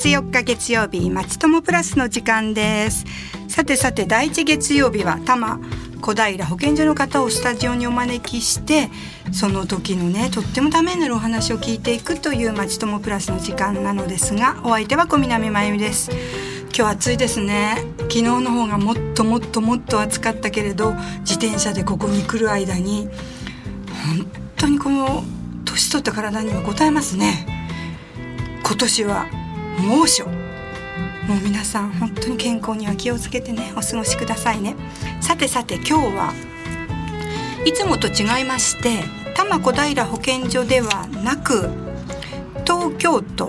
月4日月曜日、まちともプラスの時間です。さて第1月曜日は多摩小平保健所の方をスタジオにお招きして、その時のねとってもためになるお話を聞いていくというまちともプラスの時間なのですが、お相手は小南真由美です。今日暑いですね。昨日の方がもっと暑かったけれど、自転車でここに来る間に本当にこの年取った体には応えますね。今年は猛暑、もう皆さん本当に健康には気をつけてね、お過ごしくださいね。さて今日はいつもと違いまして、多摩小平保健所ではなく、東京都、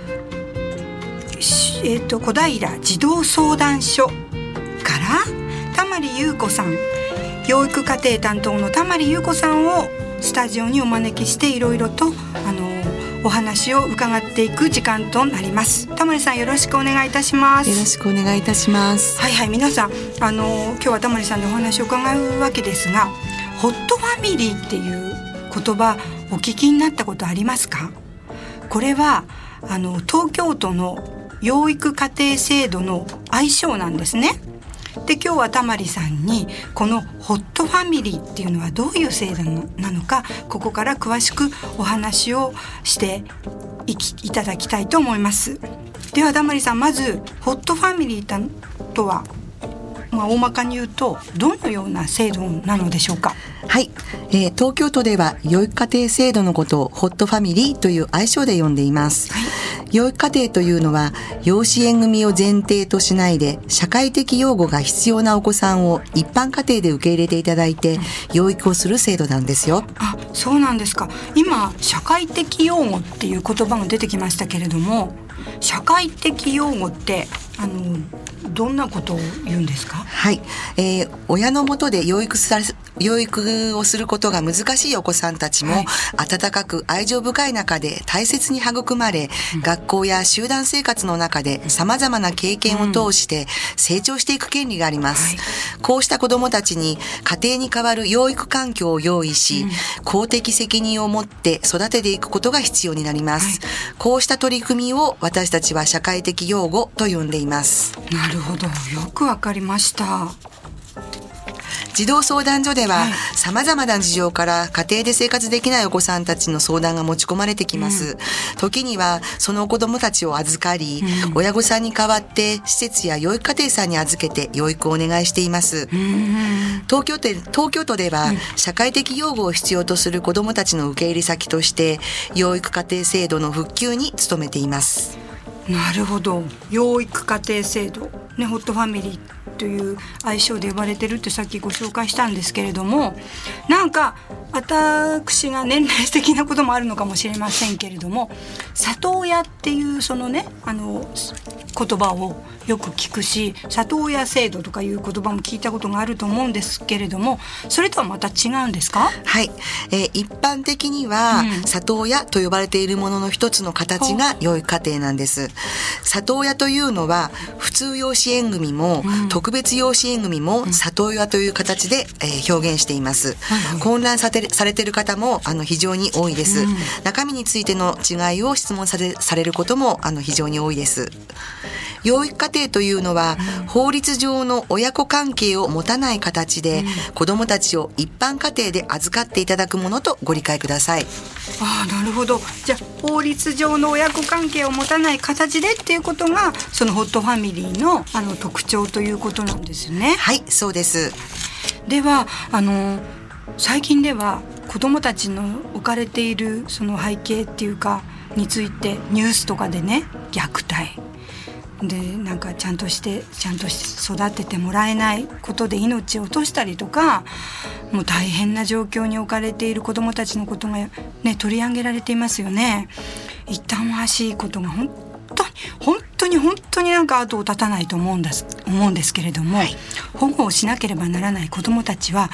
小平児童相談所から田丸優子さん、養育家庭担当の田丸優子さんをスタジオにお招きして、いろいろとお話を伺っていく時間となります。田丸さん、よろしくお願いいたします。 よろしくお願いいたします。 はい、皆さん今日は田丸さんのお話を伺うわけですが、ホットファミリーっていう言葉お聞きになったことありますか？これは東京都の養育家庭制度の愛称なんですね。で、今日は田丸さんにこのホットファミリーっていうのはどういう制度なのか、ここから詳しくお話をしていただきたいと思います。では田丸さん、まずホットファミリーとは、大まかに言うとどのような制度なのでしょうか？ はい、東京都では養育家庭制度のことをホットファミリーという愛称で呼んでいます。はい、養育家庭というのは養子縁組を前提としないで、社会的養護が必要なお子さんを一般家庭で受け入れていただいて、養育をする制度なんですよ。 あ、そうなんですか。今社会的養護っていう言葉が出てきましたけれども、社会的養護ってどんなことを言うんですか？ はい、親の下で養育をすることが難しいお子さんたちも、はい、温かく愛情深い中で大切に育まれ、学校や集団生活の中で様々な経験を通して成長していく権利があります。こうした子どもたちに家庭に代わる養育環境を用意し、公的責任を持って育てていくことが必要になります。こうした取り組みを私たちは社会的養護と呼んでいます。 なるほど、よくわかりました。 児童相談所では、様々な事情から家庭で生活できないお子さんたちの相談が持ち込まれてきます。時にはその子どもたちを預かり、親御さんに代わって施設や養育家庭さんに預けて養育をお願いしています。東京都では、社会的養護を必要とする子どもたちの受け入れ先として養育家庭制度の復旧に努めています。 なるほど、養育家庭制度、ね、ホットファミリーという愛称で呼ばれてるってさっきご紹介したんですけれども、なんか私が年齢的なこともあるのかもしれませんけれども、里親っていうそのね言葉をよく聞くし、里親制度とかいう言葉も聞いたことがあると思うんですけれども、それとはまた違うんですか？ はい、一般的には、里親と呼ばれているものの一つの形が養育家庭なんです。里親というのは普通養子縁組も、特別養子縁組も里親という形で、表現しています。混乱されている方も非常に多いです。中身についての違いを質問されることも非常に多いです。養育家庭というのは、法律上の親子関係を持たない形で、子どもたちを一般家庭で預かっていただくものとご理解ください。 なるほど。じゃあ法律上の親子関係を持たない形でっていうことが、そのホットファミリーの特徴ということなんですね。 はい、そうです。 では最近では子どもたちの置かれているその背景っていうかについて、ニュースとかでね、虐待でなんかちゃんとして育ててもらえないことで命を落としたりとか、もう大変な状況に置かれている子どもたちのことがね、取り上げられていますよね。痛ましいことが本当になんか後を絶たないと思うんですけれども、保護をしなければならない子どもたちは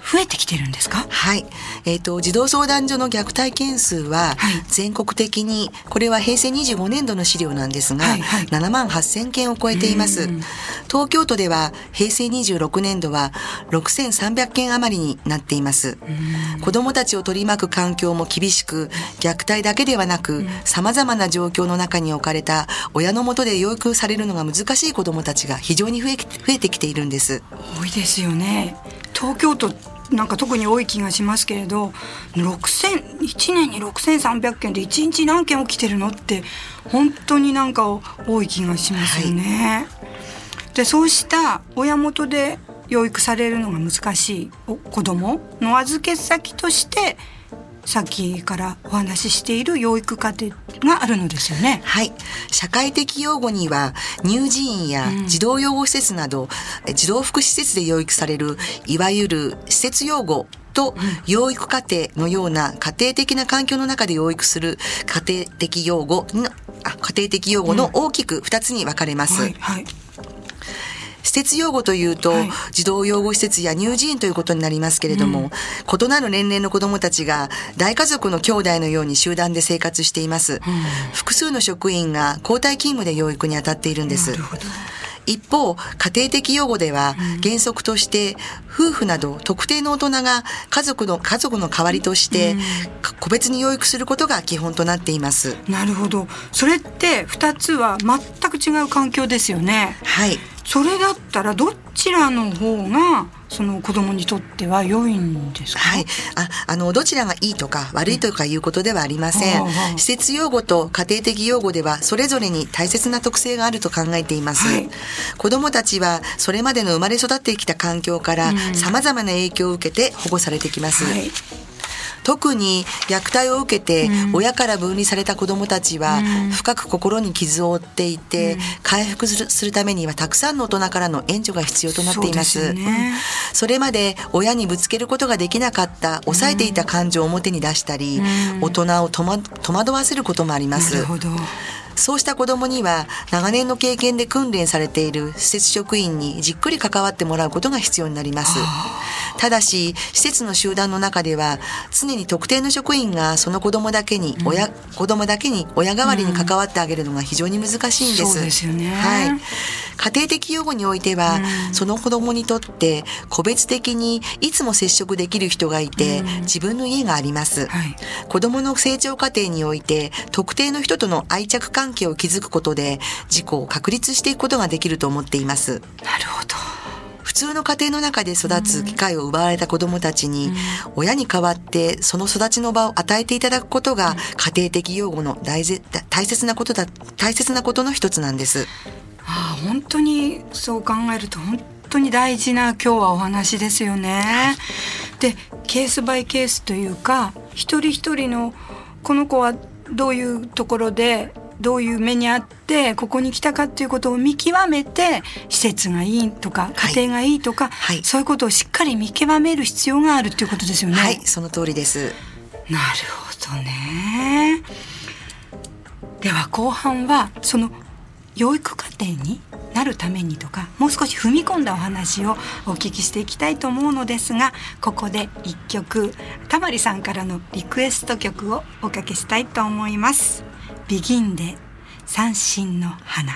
増えてきてるんですか？ はい、児童相談所の虐待件数は全国的に、これは平成25年度の資料なんですが、7万8000件を超えています。東京都では平成26年度は6300件余りになっています。子どもたちを取り巻く環境も厳しく、虐待だけではなく様々な状況の中に置かれた親の下で養育されるのが難しい子どもたちが非常に増えてきているんです。 多いですよね。東京都なんか特に多い気がしますけれど、1年に6300件で1日何件起きてるのって本当になんか多い気がしますよね。でそうした親元で養育されるのが難しい子どもの預け先としてさっきからお話ししている養育家庭があるのですよね。 はい。社会的養護には乳児院や児童養護施設など、児童福祉施設で養育されるいわゆる施設養護と養育家庭のような家庭的な環境の中で養育する家庭的養護の大きく2つに分かれます。施設養護というと、児童養護施設や乳児院ということになりますけれども、異なる年齢の子どもたちが大家族の兄弟のように集団で生活しています。複数の職員が交代勤務で養育に当たっているんです。一方、家庭的養護では原則として夫婦など特定の大人が家族の代わりとして個別に養育することが基本となっています。 なるほど。それって2つは全く違う環境ですよね。 はい。 それだったらどちらの方がその子供にとっては良いんですか？ はい。どちらがいいとか悪いとかいうことではありません。施設養護と家庭的養護ではそれぞれに大切な特性があると考えています。子供たちはそれまでの生まれ育ってきた環境から様々な影響を受けて保護されてきます。特に虐待を受けて親から分離された子どもたちは深く心に傷を負っていて、回復するためにはたくさんの大人からの援助が必要となっています。それまで親にぶつけることができなかった抑えていた感情を表に出したり、大人を戸惑わせることもあります。そうした子どもには長年の経験で訓練されている施設職員にじっくり関わってもらうことが必要になります。ただし施設の集団の中では常に特定の職員がその子どもだけに親代わりに関わってあげるのが非常に難しいんです。 そうですよね。 はい。家庭的養護においては、その子どもにとって個別的にいつも接触できる人がいて、自分の家があります。子どもの成長過程において特定の人との愛着関係を築くことで自己を確立していくことができると思っています。 なるほど。 普通の家庭の中で育つ機会を奪われた子どもたちに、親に代わってその育ちの場を与えていただくことが家庭的養護の大切なことの一つなんです。 本当にそう考えると本当に大事な今日はお話ですよね。でケースバイケースというか、一人一人のこの子はどういうところでどういう目にあってここに来たかっていうことを見極めて、施設がいいとか家庭がいいとか、そういうことをしっかり見極める必要があるっていうことですよね。 はい、その通りです。 なるほどね。では後半はその養育家庭になるためにとか、もう少し踏み込んだお話をお聞きしていきたいと思うのですが、ここで一曲たまりさんからのリクエスト曲をおかけしたいと思います。ビギンで三線の花。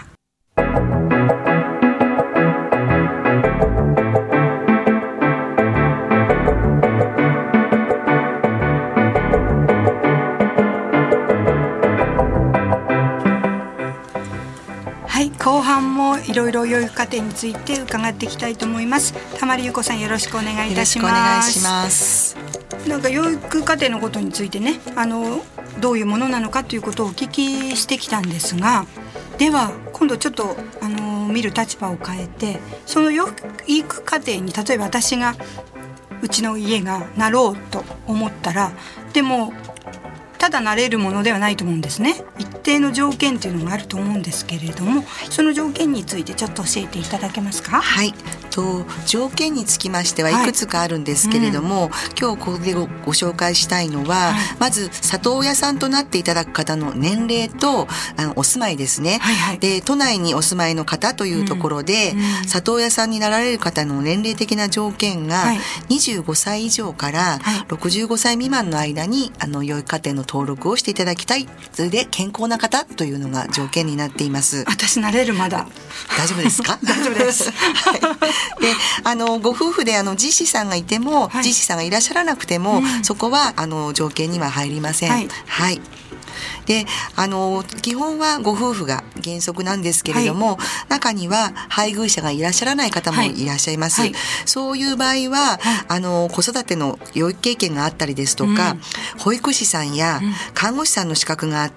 後半もいろいろ養育家庭について伺っていきたいと思います。玉利優子さん、よろしくお願いいたします。 よろしくお願いします。 なんか養育家庭のことについてね、どういうものなのかということをお聞きしてきたんですが、では今度ちょっと見る立場を変えて、その養育家庭に例えば私がうちの家がなろうと思ったら、でもただなれるものではないと思うんですね。一定の条件というのがあると思うんですけれども、その条件についてちょっと教えていただけますか？ はい。 条件につきましてはいくつかあるんですけれども、今日ここでご紹介したいのは、まず里親さんとなっていただく方の年齢とお住まいですね。で、都内にお住まいの方というところで、里親さんになられる方の年齢的な条件が、25歳以上から65歳未満の間に養育家庭の登録をしていただきたい。それで健康な方というのが条件になっています。 私なれる、まだ大丈夫ですか？ 大丈夫です。 で、ご夫婦で実子さんがいても、実子さんがいらっしゃらなくても、そこは条件には入りません。で、基本はご夫婦が原則なんですけれども、中には配偶者がいらっしゃらない方もいらっしゃいます。そういう場合は、子育ての養育経験があったりですとか、保育士さんや看護師さんの資格があって、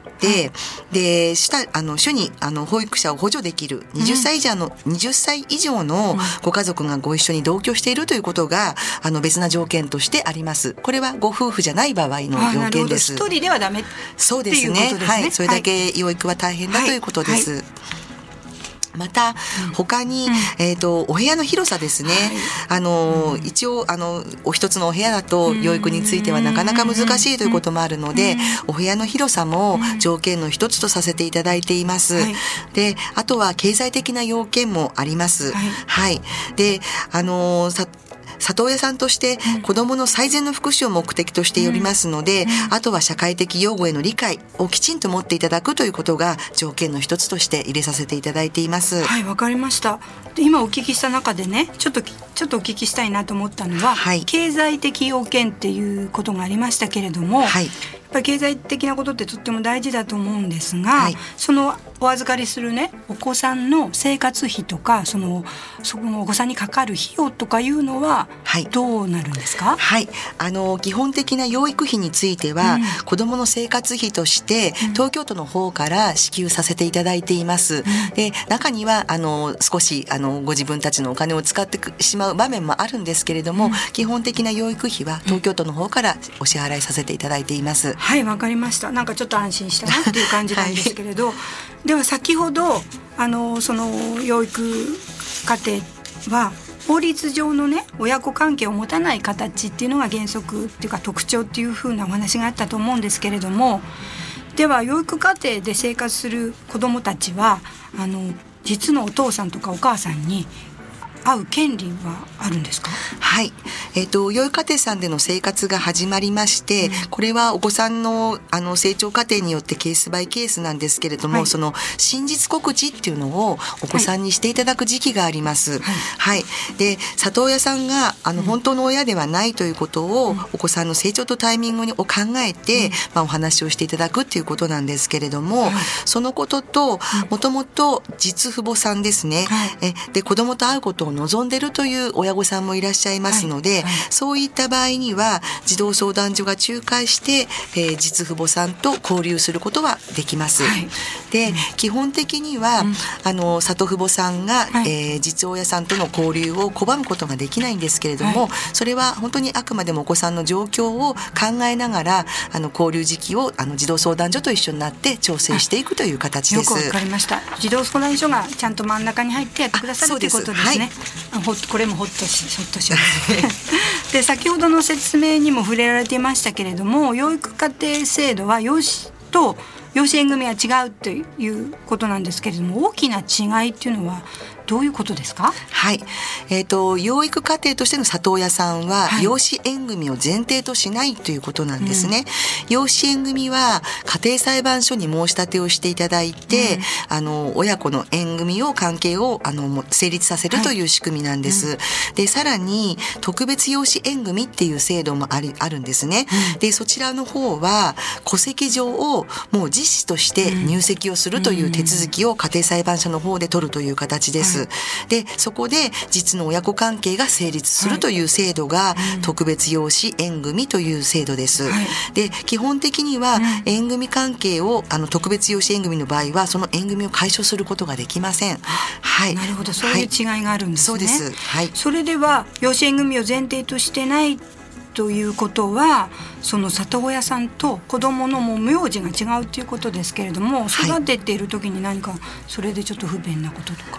で、主に保育者を補助できる20歳以上のご家族がご一緒に同居しているということが別な条件としてあります。これはご夫婦じゃない場合の条件です。 一人ではダメ。 そうですね。それだけ養育は大変だということです。また他に、お部屋の広さですね。一応お一つのお部屋だと養育についてはなかなか難しいということもあるので、お部屋の広さも条件の一つとさせていただいています。で、あとは経済的な要件もあります。で、里親さんとして子どもの最善の福祉を目的としておりますので、あとは社会的養護への理解をきちんと持っていただくということが条件の一つとして入れさせていただいています。 はい、わかりました。で、今お聞きした中でね、ちょっとお聞きしたいなと思ったのは、経済的要件っていうことがありましたけれども、やっぱり経済的なことってとっても大事だと思うんですが、そのお預かりするね、お子さんの生活費とかそのお子さんにかかる費用とかいうのはどうなるんですか？ 基本的な養育費については、子どもの生活費として東京都の方から支給させていただいています。で、中には少しご自分たちのお金を使ってしまう場面もあるんですけれども、基本的な養育費は東京都の方からお支払いさせていただいています。 はい、わかりました。なんかちょっと安心したなっていう感じなんですけれど、では先ほどその養育家庭は法律上のね、親子関係を持たない形っていうのが原則っていうか特徴っていう風なお話があったと思うんですけれども、では養育家庭で生活する子どもたちは実のお父さんとかお母さんに会う権利はあるんですか？ 養育家庭さんでの生活が始まりまして、これはお子さんの成長過程によってケースバイケースなんですけれども、その真実告知っていうのをお子さんにしていただく時期があります。で、里親さんが本当の親ではないということを、お子さんの成長とタイミングを考えて、お話をしていただくっていうことなんですけれども、そのことともともと実父母さんですね、で子供と会うことを望んでいるという親御さんもいらっしゃいますので、そういった場合には児童相談所が仲介して、実父母さんと交流することはできます。で、基本的には里父母さんが、実親さんとの交流を拒むことができないんですけれども、それは本当にあくまでもお子さんの状況を考えながら交流時期を児童相談所と一緒になって調整していくという形です。 よくわかりました。児童相談所がちゃんと真ん中に入ってやってくださるということですね。これもほっとしますで、先ほどの説明にも触れられていましたけれども、養育家庭制度は養子と養子縁組は違うということなんですけれども、大きな違いっていうのはどういうことですか？ 養育家庭としての里親さんは、養子縁組を前提としないということなんですね。養子縁組は家庭裁判所に申し立てをしていただいて、親子の縁組関係を成立させるという仕組みなんです。で、さらに特別養子縁組っていう制度もあるんですね。で、そちらの方は戸籍上をもう実子として入籍をするという手続きを家庭裁判所の方で取るという形です。で、そこで実の親子関係が成立するという制度が、特別養子縁組という制度です。で、基本的には縁組関係を特別養子縁組の場合はその縁組を解消することができません。 なるほど、そういう違いがあるんですね。 そうです。 それでは養子縁組を前提としてないということは、その里親さんと子どもの名字が違うということですけれども、育てている時に何かそれでちょっと不便なこととか？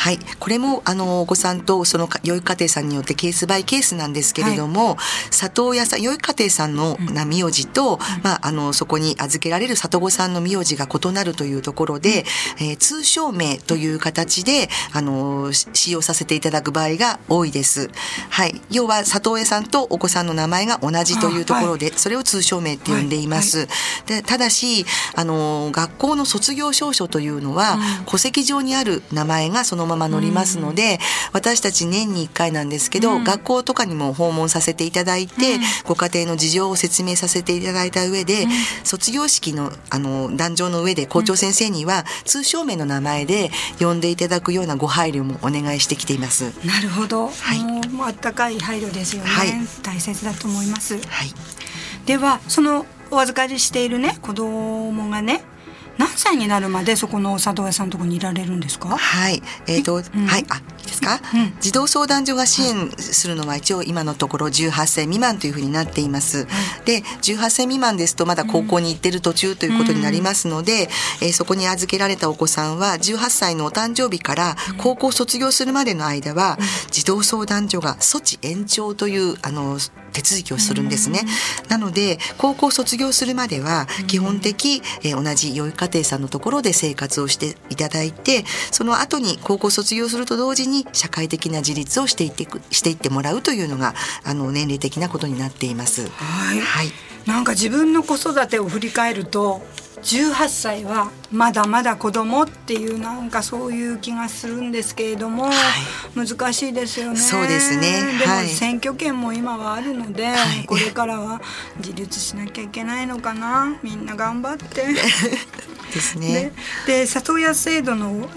はい、これもお子さんとその養育家庭さんによってケースバイケースなんですけれども、里親さん、養育家庭さんの名字と、そこに預けられる里子さんの名字が異なるというところで、通称名という形で使用させていただく場合が多いです。はい、要は里親さんとお子さんの名前が同じというところで、それを通称名って呼んでいます。でただし学校の卒業証書というのは、戸籍上にある名前がそのまま載りますので、私たち年に1回なんですけど、学校とかにも訪問させていただいて、ご家庭の事情を説明させていただいた上で、卒業式の壇上の上で校長先生には通称名の名前で呼んでいただくようなご配慮もお願いしてきています。 なるほど、もうあったかい配慮ですよね、大切だと思います。ではそのお預かりしているね子供がね何歳になるまでそこの里親さんのところにいられるんですか？はい、 いいですか？児童相談所が支援するのは一応今のところ18歳未満というふうになっています。で、18歳未満ですとまだ高校に行ってる途中ということになりますので、そこに預けられたお子さんは18歳のお誕生日から高校卒業するまでの間は、児童相談所が措置延長という手続きをするんですね。なので高校卒業するまでは基本的、同じ養育家庭さんのところで生活をしていただいて、その後に高校卒業すると同時に社会的な自立をしていってもらうというのが年齢的なことになっています。 なんか自分の子育てを振り返ると18歳はまだまだ子供っていうなんかそういう気がするんですけれども、難しいですよね。 そうですね。 でも選挙権も今はあるので、これからは自立しなきゃいけないのかな。みんな頑張ってですね。 で里親制度の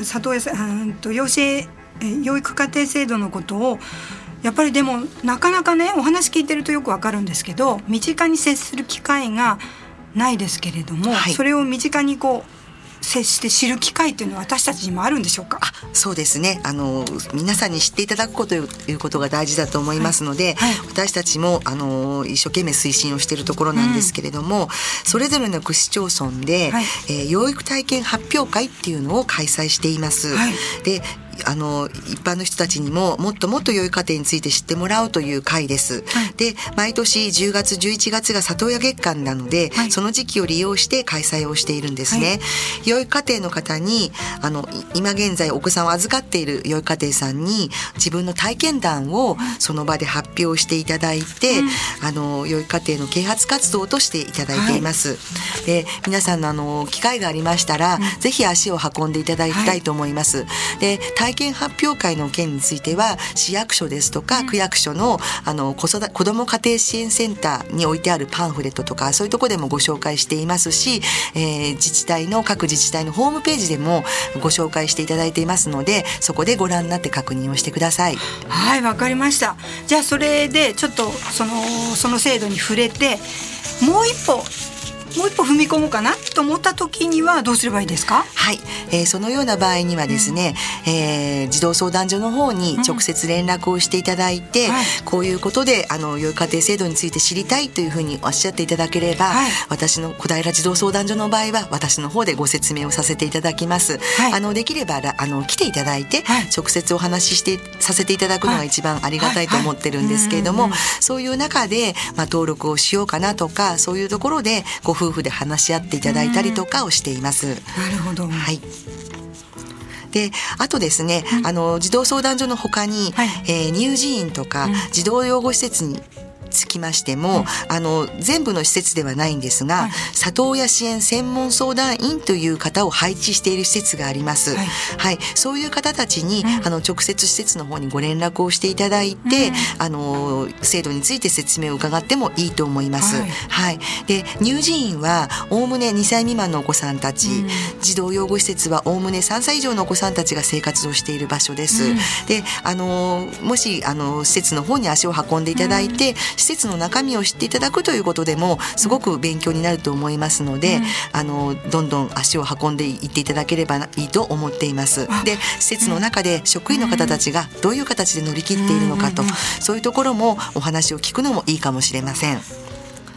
養育家庭制度のことをやっぱりでもなかなかねお話聞いてるとよくわかるんですけど、身近に接する機会がないですけれども、それを身近に接して知る機会っていうのは私たちにもあるんでしょうか？ そうですね。皆さんに知っていただくこということが大事だと思いますので、私たちも一生懸命推進をしているところなんですけれども、それぞれの区市町村で、養育体験発表会っていうのを開催しています。で一般の人たちにももっともっと養育家庭について知ってもらうという会です。で毎年10月11月が里親月間なので、その時期を利用して開催をしているんですね。養育家庭の方に今現在お子さんを預かっている養育家庭さんに自分の体験談をその場で発表していただいて、養育家庭の啓発活動としていただいています。で皆さんの機会がありましたら、ぜひ足を運んでいただきたいと思います。で体験発表会の件については市役所ですとか区役所の子ども家庭支援センターに置いてあるパンフレットとかそういうところでもご紹介していますし、各自治体のホームページでもご紹介していただいていますので、そこでご覧になって確認をしてください。 はい、わかりました。じゃあそれでちょっとその制度に触れてもう一歩踏み込もうかなと思った時にはどうすればいいですか？ はい、そのような場合にはですね、児童相談所の方に直接連絡をしていただいて、こういうことで養育家庭制度について知りたいというふうにおっしゃっていただければ、私の小平児童相談所の場合は私の方でご説明をさせていただきます。できれば来ていただいて、直接お話しさせていただくのが一番ありがたいと思ってるんですけれども、そういう中で、登録をしようかなとかそういうところでご夫婦で話し合っていただいたりとかをしています。 なるほど。 はい。であとですね、児童相談所の他に、乳児院とか児童養護施設につきましても、全部の施設ではないんですが、里親支援専門相談員という方を配置している施設があります。そういう方たちに、直接施設の方にご連絡をしていただいて、制度について説明を伺ってもいいと思います。で乳児院はおおむね2歳未満のお子さんたち、児童養護施設はおおむね3歳以上のお子さんたちが生活をしている場所です。でもし施設の方に足を運んでいただいて、施設の中身を知っていただくということでもすごく勉強になると思いますので、どんどん足を運んでいっていただければいいと思っています。で施設の中で職員の方たちがどういう形で乗り切っているのかと、そういうところもお話を聞くのもいいかもしれません。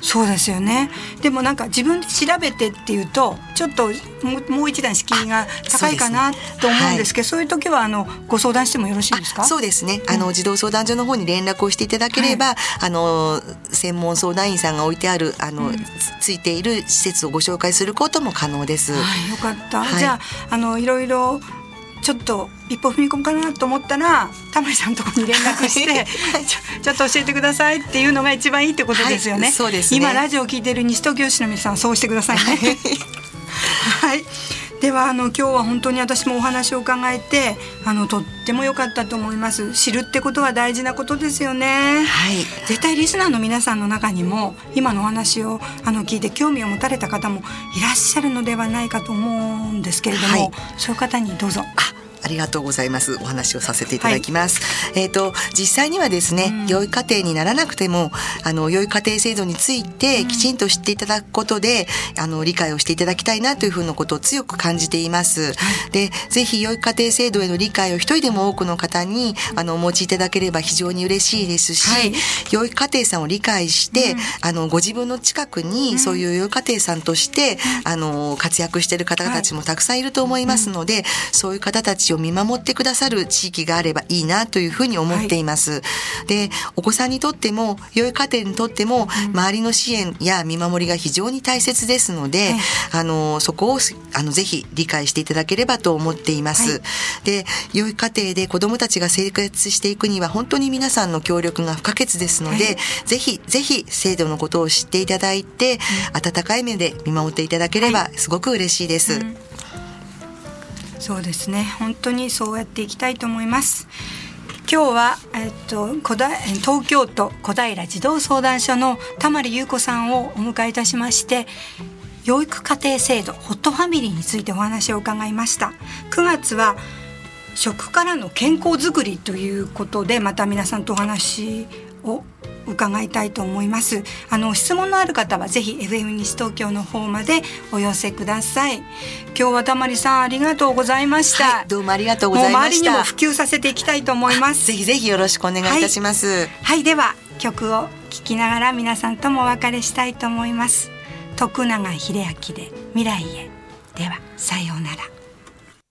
そうですよね。でもなんか自分で調べてっていうとちょっともう一段敷居が高いかなと思うんですけど、そういう時はご相談してもよろしいですか？ そうですね、児童相談所の方に連絡をしていただければ、専門相談員さんが置いてあるついている施設をご紹介することも可能です。 よかった、じゃあいろいろちょっと一歩踏み込むかなと思ったらたまりさんのところに連絡してちょっと教えてくださいっていうのが一番いいってことですよね。 そうですね。 今ラジオを聞いている西東京市の皆さんはそうしてくださいね。はい、では今日は本当に私もお話を伺えてとっても良かったと思います。知るってことは大事なことですよね。絶対リスナーの皆さんの中にも今のお話を聞いて興味を持たれた方もいらっしゃるのではないかと思うんですけれども、そういう方にどうぞ。 ありがとうございます。お話をさせていただきます。実際にはですね、良い家庭にならなくても良い家庭制度についてきちんと知っていただくことで理解をしていただきたいなというふうなことを強く感じています。で、ぜひ良い家庭制度への理解を一人でも多くの方にお持ちいただければ非常に嬉しいですし、良い家庭さんを理解してご自分の近くにそういう良い家庭さんとして活躍している方たちもたくさんいると思いますので、そういう方たちを見守ってくださる地域があればいいなというふうに思っています。で、お子さんにとっても良い家庭にとっても周りの支援や見守りが非常に大切ですので、そこをぜひ理解していただければと思っています。で、良い家庭で子どもたちが生活していくには本当に皆さんの協力が不可欠ですので、ぜひ制度のことを知っていただいて、温かい目で見守っていただければすごく嬉しいです。 そうですね、本当にそうやっていきたいと思います。今日は、東京都小平児童相談所の田丸優子さんをお迎えいたしまして、養育家庭制度ホットファミリーについてお話を伺いました。9月は食からの健康づくりということでまた皆さんとお話を伺いたいと思います。質問のある方はぜひ FM 西東京の方までお寄せください。今日はたまりさんありがとうございました。 どうもありがとうございました。 周りにも普及させていきたいと思います。 ぜひぜひよろしくお願いいたします。 では曲を聴きながら皆さんともお別れしたいと思います。徳永英明で未来へ。ではさようなら。